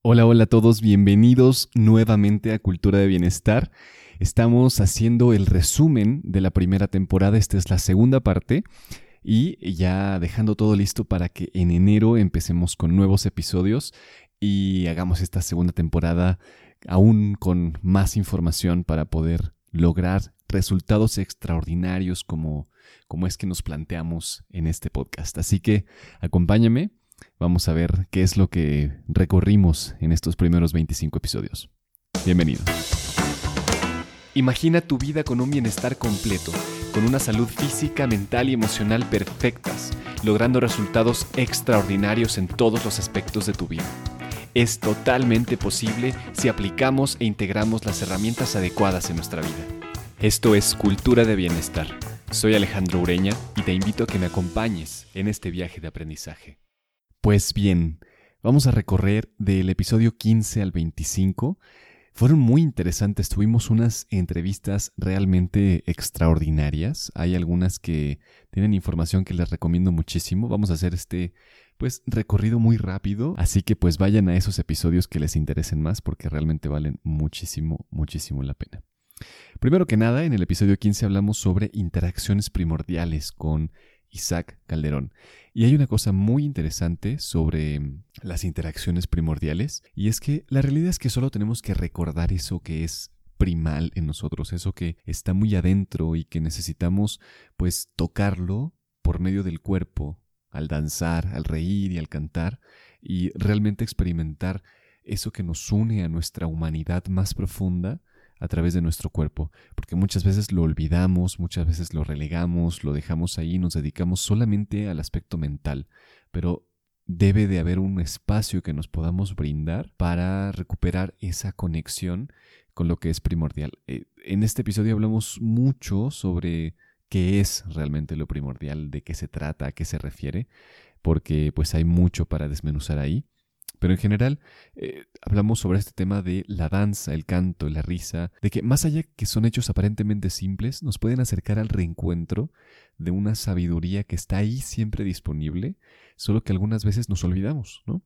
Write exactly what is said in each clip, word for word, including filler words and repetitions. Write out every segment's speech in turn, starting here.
Hola, hola a todos, bienvenidos nuevamente a Cultura de Bienestar. Estamos haciendo el resumen de la primera temporada, esta es la segunda parte y ya dejando todo listo para que en enero empecemos con nuevos episodios y hagamos esta segunda temporada aún con más información para poder lograr resultados extraordinarios como, como es que nos planteamos en este podcast. Así que acompáñame. Vamos a ver qué es lo que recorrimos en estos primeros veinticinco episodios. Bienvenido. Imagina tu vida con un bienestar completo, con una salud física, mental y emocional perfectas, logrando resultados extraordinarios en todos los aspectos de tu vida. Es totalmente posible si aplicamos e integramos las herramientas adecuadas en nuestra vida. Esto es Cultura de Bienestar. Soy Alejandro Ureña y te invito a que me acompañes en este viaje de aprendizaje. Pues bien, vamos a recorrer del episodio quince al veinticinco. Fueron muy interesantes, tuvimos unas entrevistas realmente extraordinarias. Hay algunas que tienen información que les recomiendo muchísimo. Vamos a hacer este pues recorrido muy rápido, así que pues vayan a esos episodios que les interesen más porque realmente valen muchísimo, muchísimo la pena. Primero que nada, en el episodio quince hablamos sobre interacciones primordiales con Isaac Calderón. Y hay una cosa muy interesante sobre las interacciones primordiales, y es que la realidad es que solo tenemos que recordar eso que es primal en nosotros, eso que está muy adentro y que necesitamos pues tocarlo por medio del cuerpo, al danzar, al reír y al cantar, y realmente experimentar eso que nos une a nuestra humanidad más profunda a través de nuestro cuerpo, porque muchas veces lo olvidamos, muchas veces lo relegamos, lo dejamos ahí, nos dedicamos solamente al aspecto mental, pero debe de haber un espacio que nos podamos brindar para recuperar esa conexión con lo que es primordial. Eh, en este episodio hablamos mucho sobre qué es realmente lo primordial, de qué se trata, a qué se refiere, porque pues hay mucho para desmenuzar ahí. Pero en general eh, hablamos sobre este tema de la danza, el canto, la risa, de que más allá que son hechos aparentemente simples, nos pueden acercar al reencuentro de una sabiduría que está ahí siempre disponible, solo que algunas veces nos olvidamos, ¿no?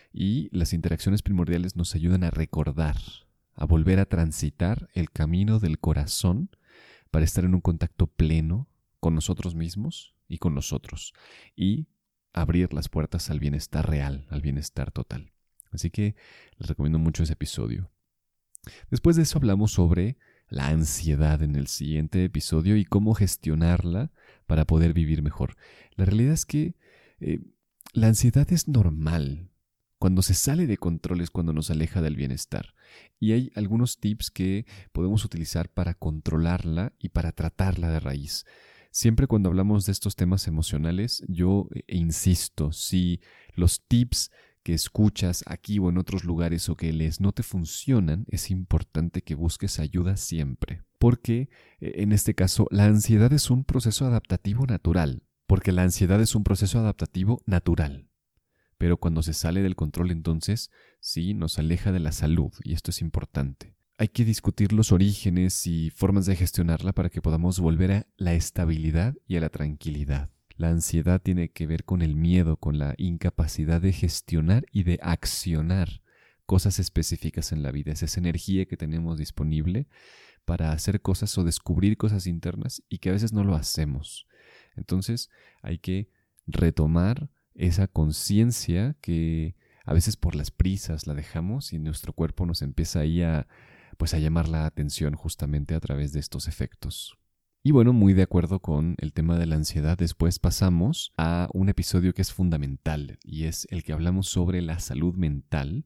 Y las interacciones primordiales nos ayudan a recordar, a volver a transitar el camino del corazón para estar en un contacto pleno con nosotros mismos y con los otros. Y abrir las puertas al bienestar real, al bienestar total. Así que les recomiendo mucho ese episodio. Después de eso hablamos sobre la ansiedad en el siguiente episodio y cómo gestionarla para poder vivir mejor. La realidad es que eh, la ansiedad es normal. Cuando se sale de control es cuando nos aleja del bienestar. Y hay algunos tips que podemos utilizar para controlarla y para tratarla de raíz. Siempre cuando hablamos de estos temas emocionales, yo insisto, si los tips que escuchas aquí o en otros lugares o que lees no te funcionan, es importante que busques ayuda siempre. Porque en este caso la ansiedad es un proceso adaptativo natural. Porque la ansiedad es un proceso adaptativo natural. Pero cuando se sale del control entonces, sí, nos aleja de la salud y esto es importante. Hay que discutir los orígenes y formas de gestionarla para que podamos volver a la estabilidad y a la tranquilidad. La ansiedad tiene que ver con el miedo, con la incapacidad de gestionar y de accionar cosas específicas en la vida. Es esa energía que tenemos disponible para hacer cosas o descubrir cosas internas y que a veces no lo hacemos. Entonces hay que retomar esa conciencia que a veces por las prisas la dejamos y nuestro cuerpo nos empieza ahí a pues a llamar la atención justamente a través de estos efectos. Y bueno, muy de acuerdo con el tema de la ansiedad, después pasamos a un episodio que es fundamental y es el que hablamos sobre la salud mental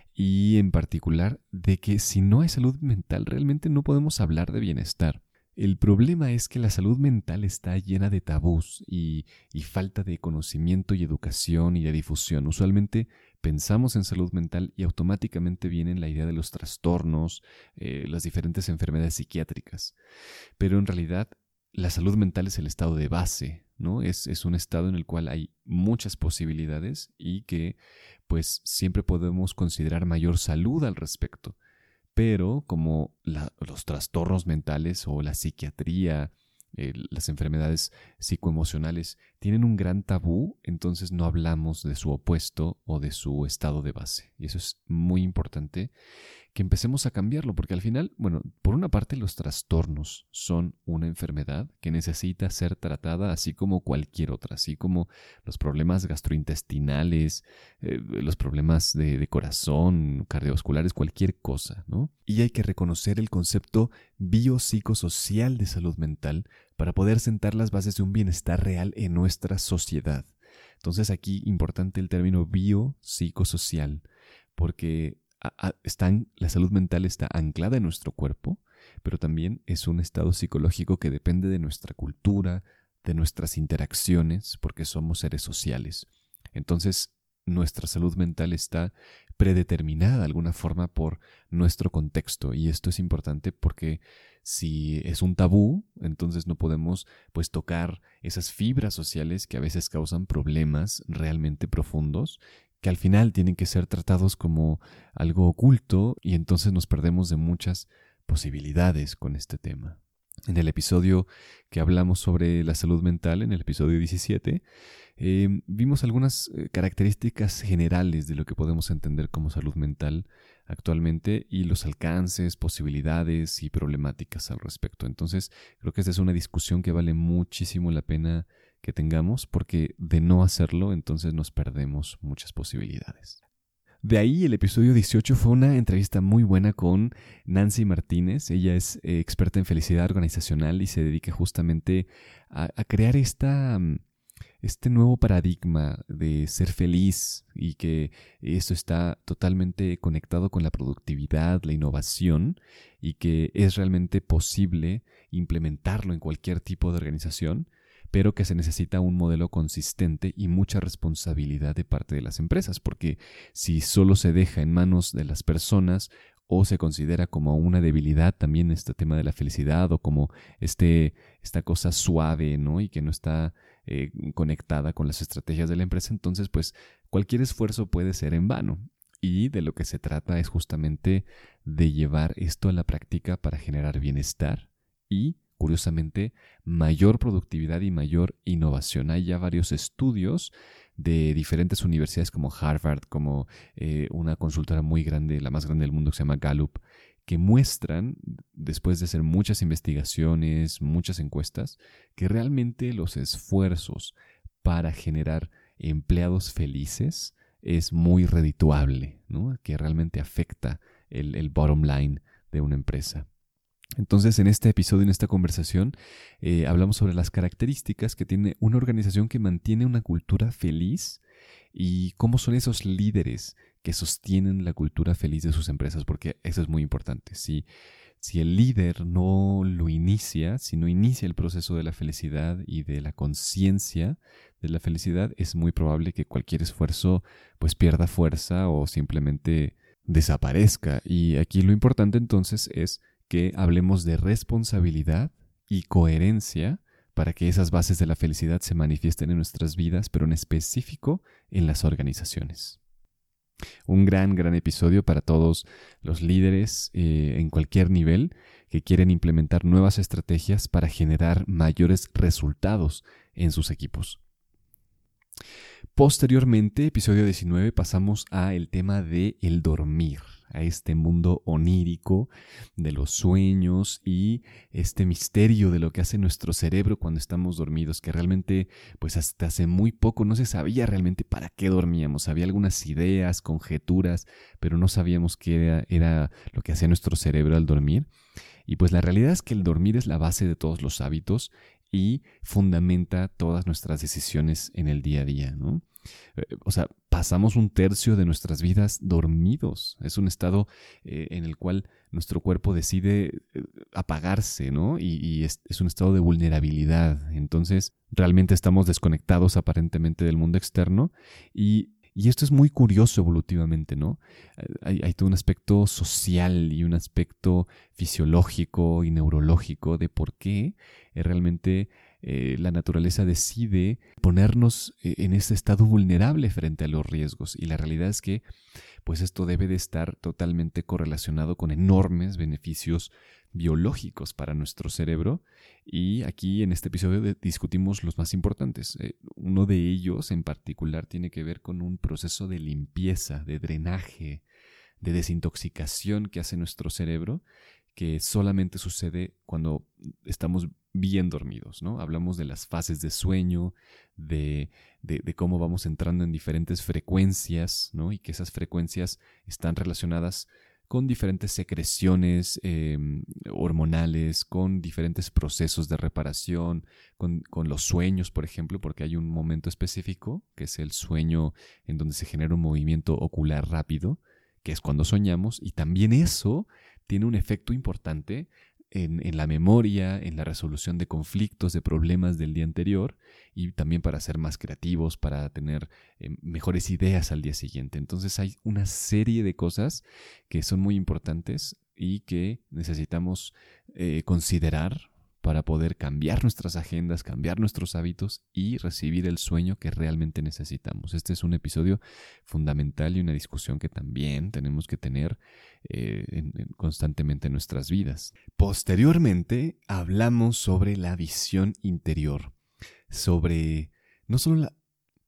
y en particular de que si no hay salud mental realmente no podemos hablar de bienestar. El problema es que la salud mental está llena de tabús y, y falta de conocimiento y educación y de difusión. Usualmente pensamos en salud mental y automáticamente viene la idea de los trastornos, eh, las diferentes enfermedades psiquiátricas. Pero en realidad la salud mental es el estado de base, ¿no? Es, es un estado en el cual hay muchas posibilidades y que pues siempre podemos considerar mayor salud al respecto. Pero como la, los trastornos mentales o la psiquiatría, eh, las enfermedades psicoemocionales tienen un gran tabú, entonces no hablamos de su opuesto o de su estado de base. Y eso es muy importante que empecemos a cambiarlo, porque al final, bueno, por una parte los trastornos son una enfermedad que necesita ser tratada así como cualquier otra, así como los problemas gastrointestinales, eh, los problemas de, de corazón, cardiovasculares, cualquier cosa, ¿no? Y hay que reconocer el concepto biopsicosocial de salud mental para poder sentar las bases de un bienestar real en nuestra sociedad. Entonces aquí importante el término biopsicosocial, porque a, a, están, la salud mental está anclada en nuestro cuerpo, pero también es un estado psicológico que depende de nuestra cultura, de nuestras interacciones, porque somos seres sociales. Entonces, nuestra salud mental está predeterminada de alguna forma por nuestro contexto, y esto es importante porque si es un tabú, entonces no podemos pues tocar esas fibras sociales que a veces causan problemas realmente profundos, que al final tienen que ser tratados como algo oculto, y entonces nos perdemos de muchas posibilidades con este tema. En el episodio que hablamos sobre la salud mental, en el episodio diecisiete, eh, vimos algunas características generales de lo que podemos entender como salud mental actualmente y los alcances, posibilidades y problemáticas al respecto. Entonces, creo que esta es una discusión que vale muchísimo la pena que tengamos, porque de no hacerlo, entonces nos perdemos muchas posibilidades. De ahí el episodio dieciocho fue una entrevista muy buena con Nancy Martínez. Ella es eh, experta en felicidad organizacional y se dedica justamente a, a crear esta, este nuevo paradigma de ser feliz, y que esto está totalmente conectado con la productividad, la innovación, y que es realmente posible implementarlo en cualquier tipo de organización, pero que se necesita un modelo consistente y mucha responsabilidad de parte de las empresas, porque si solo se deja en manos de las personas o se considera como una debilidad también este tema de la felicidad, o como este, esta cosa suave, ¿no? Y que no está eh, conectada con las estrategias de la empresa, entonces pues cualquier esfuerzo puede ser en vano. Y de lo que se trata es justamente de llevar esto a la práctica para generar bienestar y, curiosamente, mayor productividad y mayor innovación. Hay ya varios estudios de diferentes universidades como Harvard, como eh, una consultora muy grande, la más grande del mundo, que se llama Gallup, que muestran, después de hacer muchas investigaciones, muchas encuestas, que realmente los esfuerzos para generar empleados felices es muy redituable, ¿no? Que realmente afecta el, el bottom line de una empresa. Entonces, en este episodio, en esta conversación, eh, hablamos sobre las características que tiene una organización que mantiene una cultura feliz y cómo son esos líderes que sostienen la cultura feliz de sus empresas, porque eso es muy importante. Si, si el líder no lo inicia, si no inicia el proceso de la felicidad y de la conciencia de la felicidad, es muy probable que cualquier esfuerzo pues pierda fuerza o simplemente desaparezca. Y aquí lo importante entonces es que hablemos de responsabilidad y coherencia para que esas bases de la felicidad se manifiesten en nuestras vidas, pero en específico en las organizaciones. Un gran, gran episodio para todos los líderes eh, en cualquier nivel que quieren implementar nuevas estrategias para generar mayores resultados en sus equipos. Posteriormente, episodio diecinueve, pasamos a el tema de el dormir, a este mundo onírico de los sueños y este misterio de lo que hace nuestro cerebro cuando estamos dormidos, que realmente pues hasta hace muy poco no se sabía realmente para qué dormíamos. Había algunas ideas, conjeturas, pero no sabíamos qué era, era lo que hacía nuestro cerebro al dormir. Y pues la realidad es que el dormir es la base de todos los hábitos y fundamenta todas nuestras decisiones en el día a día, ¿no? O sea, pasamos un tercio de nuestras vidas dormidos. Es un estado eh, en el cual nuestro cuerpo decide eh, apagarse, ¿no? Y, y es, es un estado de vulnerabilidad. Entonces, realmente estamos desconectados aparentemente del mundo externo y Y esto es muy curioso evolutivamente, ¿no? Hay, hay todo un aspecto social y un aspecto fisiológico y neurológico de por qué realmente eh, la naturaleza decide ponernos en ese estado vulnerable frente a los riesgos. Y la realidad es que pues esto debe de estar totalmente correlacionado con enormes beneficios biológicos para nuestro cerebro. Y aquí en este episodio de, discutimos los más importantes. Eh, uno de ellos en particular tiene que ver con un proceso de limpieza, de drenaje, de desintoxicación que hace nuestro cerebro, que solamente sucede cuando estamos bien dormidos, ¿no? Hablamos de las fases de sueño, de, de, de cómo vamos entrando en diferentes frecuencias, ¿no? Y que esas frecuencias están relacionadas con diferentes secreciones eh, hormonales, con diferentes procesos de reparación, con, con los sueños, por ejemplo, porque hay un momento específico, que es el sueño en donde se genera un movimiento ocular rápido, que es cuando soñamos, y también eso tiene un efecto importante en, en la memoria, en la resolución de conflictos, de problemas del día anterior, y también para ser más creativos, para tener eh, mejores ideas al día siguiente. Entonces hay una serie de cosas que son muy importantes y que necesitamos eh, considerar para poder cambiar nuestras agendas, cambiar nuestros hábitos y recibir el sueño que realmente necesitamos. Este es un episodio fundamental y una discusión que también tenemos que tener eh, en, en, constantemente en nuestras vidas. Posteriormente hablamos sobre la visión interior, sobre no solo la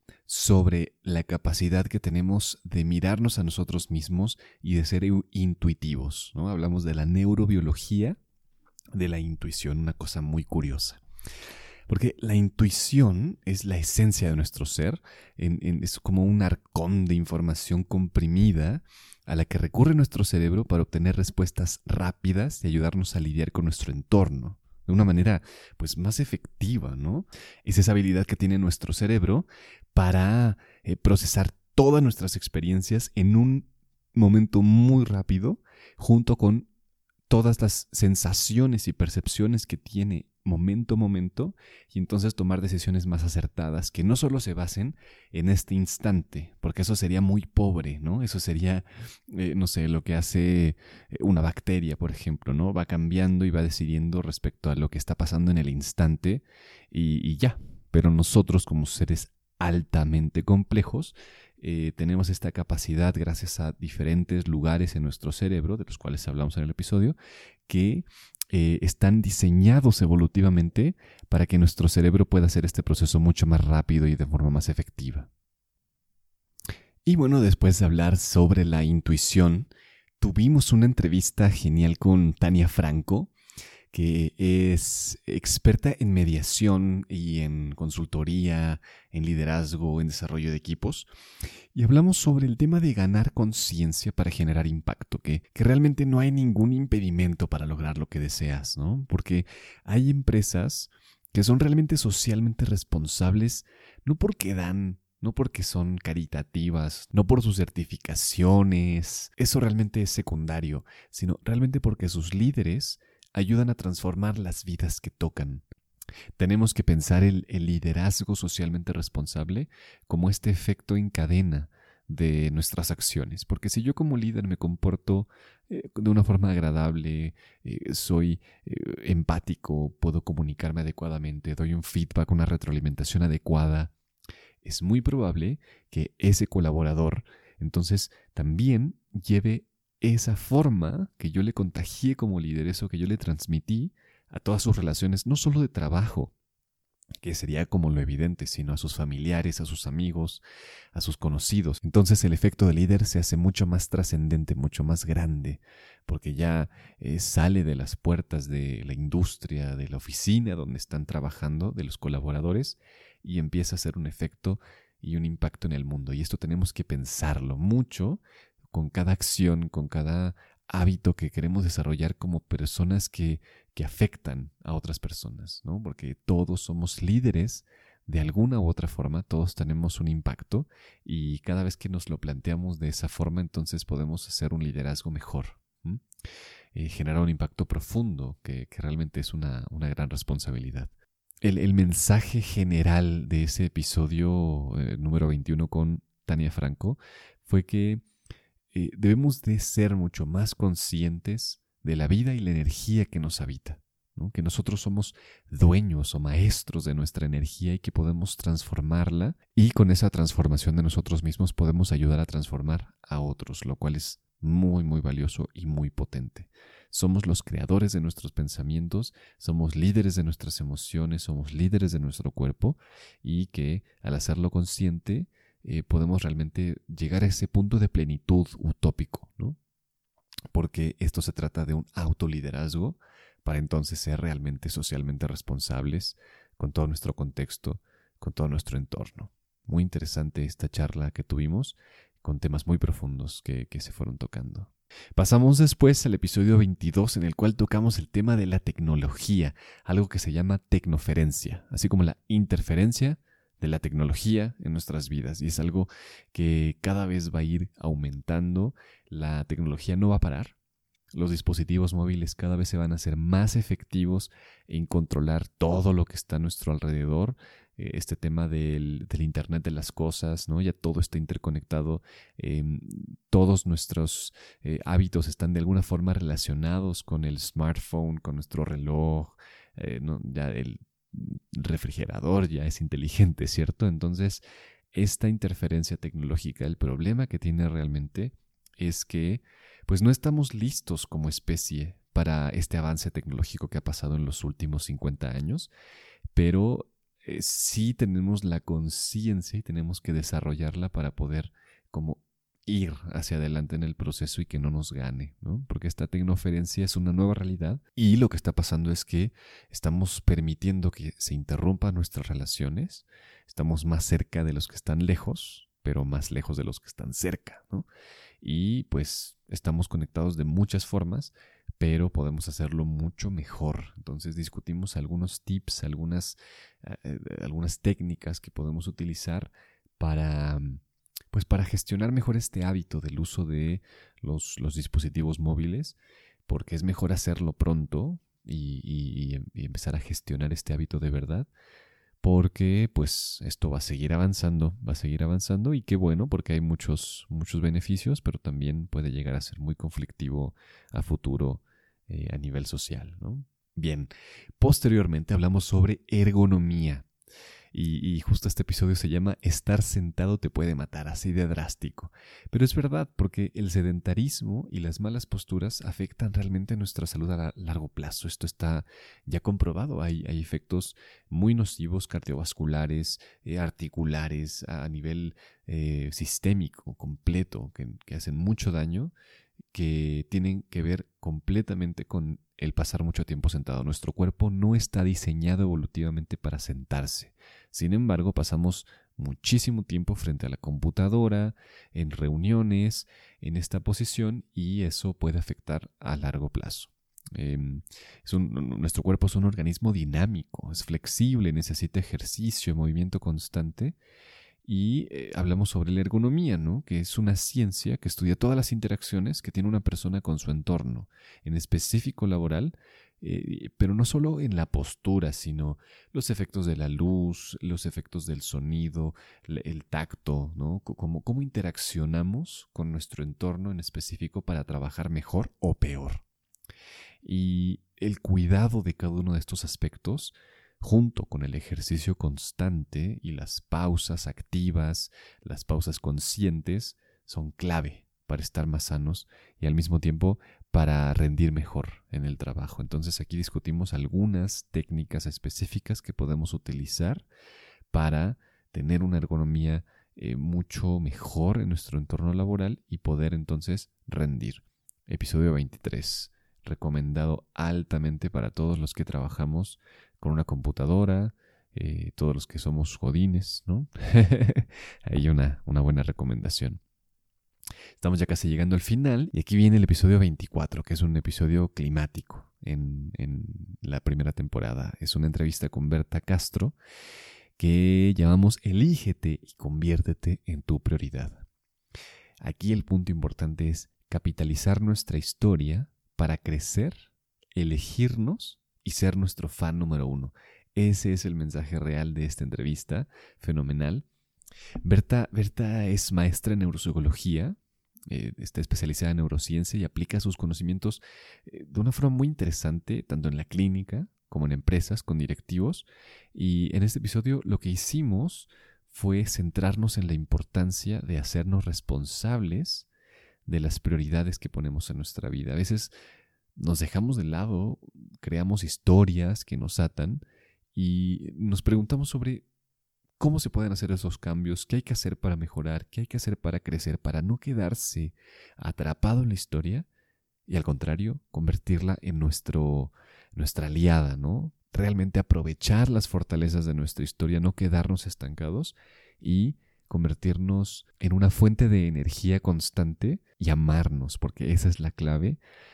sobre la capacidad que tenemos de mirarnos a nosotros mismos y de ser intuitivos, ¿no? Hablamos de la neurobiología de la intuición, una cosa muy curiosa. Porque la intuición es la esencia de nuestro ser, en, en, es como un arcón de información comprimida a la que recurre nuestro cerebro para obtener respuestas rápidas y ayudarnos a lidiar con nuestro entorno de una manera pues más efectiva, ¿no? Es esa habilidad que tiene nuestro cerebro para eh, procesar todas nuestras experiencias en un momento muy rápido, junto con todas las sensaciones y percepciones que tiene momento a momento, y entonces tomar decisiones más acertadas que no solo se basen en este instante, porque eso sería muy pobre, ¿no? Eso sería, eh, no sé, lo que hace una bacteria, por ejemplo, ¿no? Va cambiando y va decidiendo respecto a lo que está pasando en el instante y, y ya. Pero nosotros, como seres altamente complejos, Eh, tenemos esta capacidad gracias a diferentes lugares en nuestro cerebro, de los cuales hablamos en el episodio, que eh, están diseñados evolutivamente para que nuestro cerebro pueda hacer este proceso mucho más rápido y de forma más efectiva. Y bueno, después de hablar sobre la intuición, tuvimos una entrevista genial con Tania Franco, que es experta en mediación y en consultoría, en liderazgo, en desarrollo de equipos. Y hablamos sobre el tema de ganar conciencia para generar impacto, que, que realmente no hay ningún impedimento para lograr lo que deseas, ¿no? Porque hay empresas que son realmente socialmente responsables, no porque dan, no porque son caritativas, no por sus certificaciones, eso realmente es secundario, sino realmente porque sus líderes ayudan a transformar las vidas que tocan. Tenemos que pensar el, el liderazgo socialmente responsable como este efecto en cadena de nuestras acciones. Porque si yo como líder me comporto eh, de una forma agradable, eh, soy eh, empático, puedo comunicarme adecuadamente, doy un feedback, una retroalimentación adecuada, es muy probable que ese colaborador entonces también lleve esa forma que yo le contagié como líder, eso que yo le transmití a todas sus relaciones, no solo de trabajo, que sería como lo evidente, sino a sus familiares, a sus amigos, a sus conocidos. Entonces el efecto de líder se hace mucho más trascendente, mucho más grande, porque ya eh, sale de las puertas de la industria, de la oficina donde están trabajando, de los colaboradores, y empieza a hacer un efecto y un impacto en el mundo. Y esto tenemos que pensarlo mucho con cada acción, con cada hábito que queremos desarrollar como personas que, que afectan a otras personas, ¿no? Porque todos somos líderes de alguna u otra forma, todos tenemos un impacto y cada vez que nos lo planteamos de esa forma, entonces podemos hacer un liderazgo mejor, ¿m? Eh, generar un impacto profundo que, que realmente es una, una gran responsabilidad. El, el mensaje general de ese episodio eh, número veintiuno con Tania Franco fue que Eh, debemos de ser mucho más conscientes de la vida y la energía que nos habita. ¿no? Que nosotros somos dueños o maestros de nuestra energía y que podemos transformarla, y con esa transformación de nosotros mismos podemos ayudar a transformar a otros, lo cual es muy, muy valioso y muy potente. Somos los creadores de nuestros pensamientos, somos líderes de nuestras emociones, somos líderes de nuestro cuerpo, y que al hacerlo consciente eh, podemos realmente llegar a ese punto de plenitud utópico, ¿no? Porque esto se trata de un autoliderazgo para entonces ser realmente socialmente responsables con todo nuestro contexto, con todo nuestro entorno. Muy interesante esta charla que tuvimos con temas muy profundos que, que se fueron tocando. Pasamos después al episodio veintidós, en el cual tocamos el tema de la tecnología, algo que se llama tecnoferencia, así como la interferencia de la tecnología en nuestras vidas, y es algo que cada vez va a ir aumentando. La tecnología no va a parar. Los dispositivos móviles cada vez se van a hacer más efectivos en controlar todo lo que está a nuestro alrededor. Eh, este tema del, del Internet de las cosas, ¿no? Ya todo está interconectado. Eh, todos nuestros eh, hábitos están de alguna forma relacionados con el smartphone, con nuestro reloj, eh, ¿no? Ya el refrigerador ya es inteligente, ¿cierto? Entonces, esta interferencia tecnológica, el problema que tiene realmente es que pues no estamos listos como especie para este avance tecnológico que ha pasado en los últimos cincuenta años, pero eh, sí tenemos la conciencia y tenemos que desarrollarla para poder como ir hacia adelante en el proceso y que no nos gane, ¿no? Porque esta tecnoferencia es una nueva realidad, y lo que está pasando es que estamos permitiendo que se interrumpan nuestras relaciones. Estamos más cerca de los que están lejos, pero más lejos de los que están cerca, ¿no? Y pues estamos conectados de muchas formas, pero podemos hacerlo mucho mejor. Entonces discutimos algunos tips, algunas, eh, algunas técnicas que podemos utilizar para, pues para gestionar mejor este hábito del uso de los, los dispositivos móviles, porque es mejor hacerlo pronto y, y, y empezar a gestionar este hábito de verdad, porque pues esto va a seguir avanzando, va a seguir avanzando, y qué bueno, porque hay muchos, muchos beneficios, pero también puede llegar a ser muy conflictivo a futuro eh, a nivel social, ¿no? Bien, posteriormente hablamos sobre ergonomía. Y, y justo este episodio se llama Estar sentado te puede matar, así de drástico. Pero es verdad, porque el sedentarismo y las malas posturas afectan realmente nuestra salud a largo plazo. Esto está ya comprobado. Hay, hay efectos muy nocivos cardiovasculares, eh, articulares, a nivel eh, sistémico completo, que, que hacen mucho daño, que tienen que ver completamente con el pasar mucho tiempo sentado. Nuestro cuerpo no está diseñado evolutivamente para sentarse. Sin embargo, pasamos muchísimo tiempo frente a la computadora, en reuniones, en esta posición, y eso puede afectar a largo plazo. Eh, es un, nuestro cuerpo es un organismo dinámico, es flexible, necesita ejercicio, movimiento constante. Y eh, hablamos sobre la ergonomía, ¿no? Que es una ciencia que estudia todas las interacciones que tiene una persona con su entorno, en específico laboral, eh, pero no solo en la postura, sino los efectos de la luz, los efectos del sonido, el tacto, ¿no? Cómo, cómo interaccionamos con nuestro entorno en específico para trabajar mejor o peor. Y el cuidado de cada uno de estos aspectos, junto con el ejercicio constante y las pausas activas, las pausas conscientes, son clave para estar más sanos y al mismo tiempo para rendir mejor en el trabajo. Entonces aquí discutimos algunas técnicas específicas que podemos utilizar para tener una ergonomía eh, mucho mejor en nuestro entorno laboral y poder entonces rendir. Episodio veintitrés, recomendado altamente para todos los que trabajamos con una computadora, eh, todos los que somos godines, ¿no? Hay una, una buena recomendación. Estamos ya casi llegando al final, y aquí viene el episodio veinticuatro, que es un episodio climático en, en la primera temporada. Es una entrevista con Berta Castro que llamamos Elígete y conviértete en tu prioridad. Aquí el punto importante es capitalizar nuestra historia para crecer, elegirnos y ser nuestro fan número uno. Ese es el mensaje real de esta entrevista, fenomenal. Berta, Berta es maestra en neuropsicología, Eh, está especializada en neurociencia y aplica sus conocimientos eh, de una forma muy interesante, tanto en la clínica como en empresas, con directivos. Y en este episodio lo que hicimos fue centrarnos en la importancia de hacernos responsables de las prioridades que ponemos en nuestra vida. A veces nos dejamos de lado, creamos historias que nos atan y nos preguntamos sobre cómo se pueden hacer esos cambios, qué hay que hacer para mejorar, qué hay que hacer para crecer, para no quedarse atrapado en la historia y al contrario, convertirla en nuestro, nuestra aliada, ¿no? Realmente aprovechar las fortalezas de nuestra historia, no quedarnos estancados y convertirnos en una fuente de energía constante y amarnos, porque esa es la clave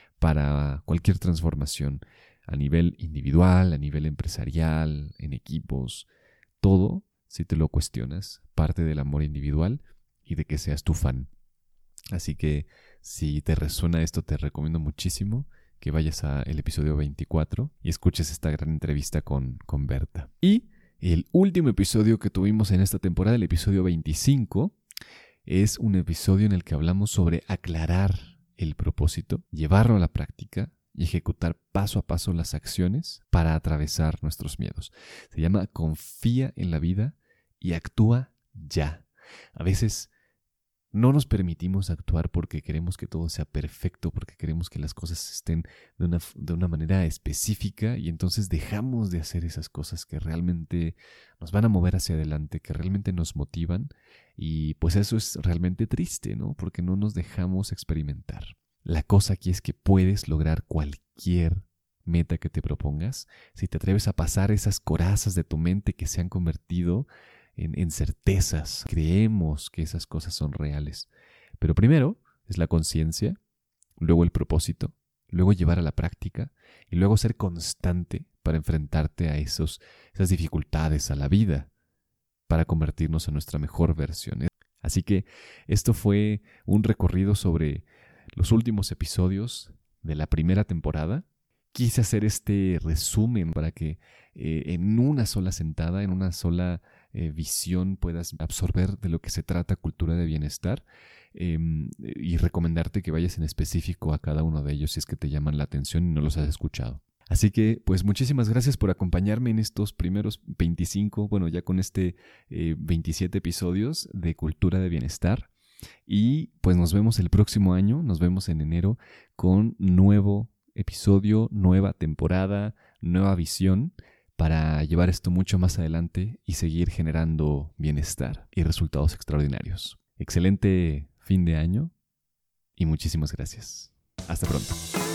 para cualquier transformación a nivel individual, a nivel empresarial, en equipos, todo. Si te lo cuestionas, parte del amor individual y de que seas tu fan. Así que si te resuena esto, te recomiendo muchísimo que vayas al episodio veinticuatro y escuches esta gran entrevista con, con Berta. Y el último episodio que tuvimos en esta temporada, el episodio veinticinco, es un episodio en el que hablamos sobre aclarar el propósito, llevarlo a la práctica y ejecutar paso a paso las acciones para atravesar nuestros miedos. Se llama Confía en la vida y actúa ya. A veces no nos permitimos actuar porque queremos que todo sea perfecto, porque queremos que las cosas estén de una, de una manera específica y entonces dejamos de hacer esas cosas que realmente nos van a mover hacia adelante, que realmente nos motivan y pues eso es realmente triste, ¿no? Porque no nos dejamos experimentar. La cosa aquí es que puedes lograr cualquier meta que te propongas si te atreves a pasar esas corazas de tu mente que se han convertido en, en certezas. Creemos que esas cosas son reales. Pero primero es la conciencia, luego el propósito, luego llevar a la práctica y luego ser constante para enfrentarte a esos, esas dificultades, a la vida, para convertirnos en nuestra mejor versión. Así que esto fue un recorrido sobre los últimos episodios de la primera temporada. Quise hacer este resumen para que eh, en una sola sentada, en una sola eh, visión puedas absorber de lo que se trata Cultura de Bienestar eh, y recomendarte que vayas en específico a cada uno de ellos si es que te llaman la atención y no los has escuchado. Así que, pues muchísimas gracias por acompañarme en estos primeros veinticinco, bueno, ya con este eh, veintisiete episodios de Cultura de Bienestar. Y pues nos vemos el próximo año, nos vemos en enero con nuevo episodio, nueva temporada, nueva visión para llevar esto mucho más adelante y seguir generando bienestar y resultados extraordinarios. Excelente fin de año y muchísimas gracias. Hasta pronto.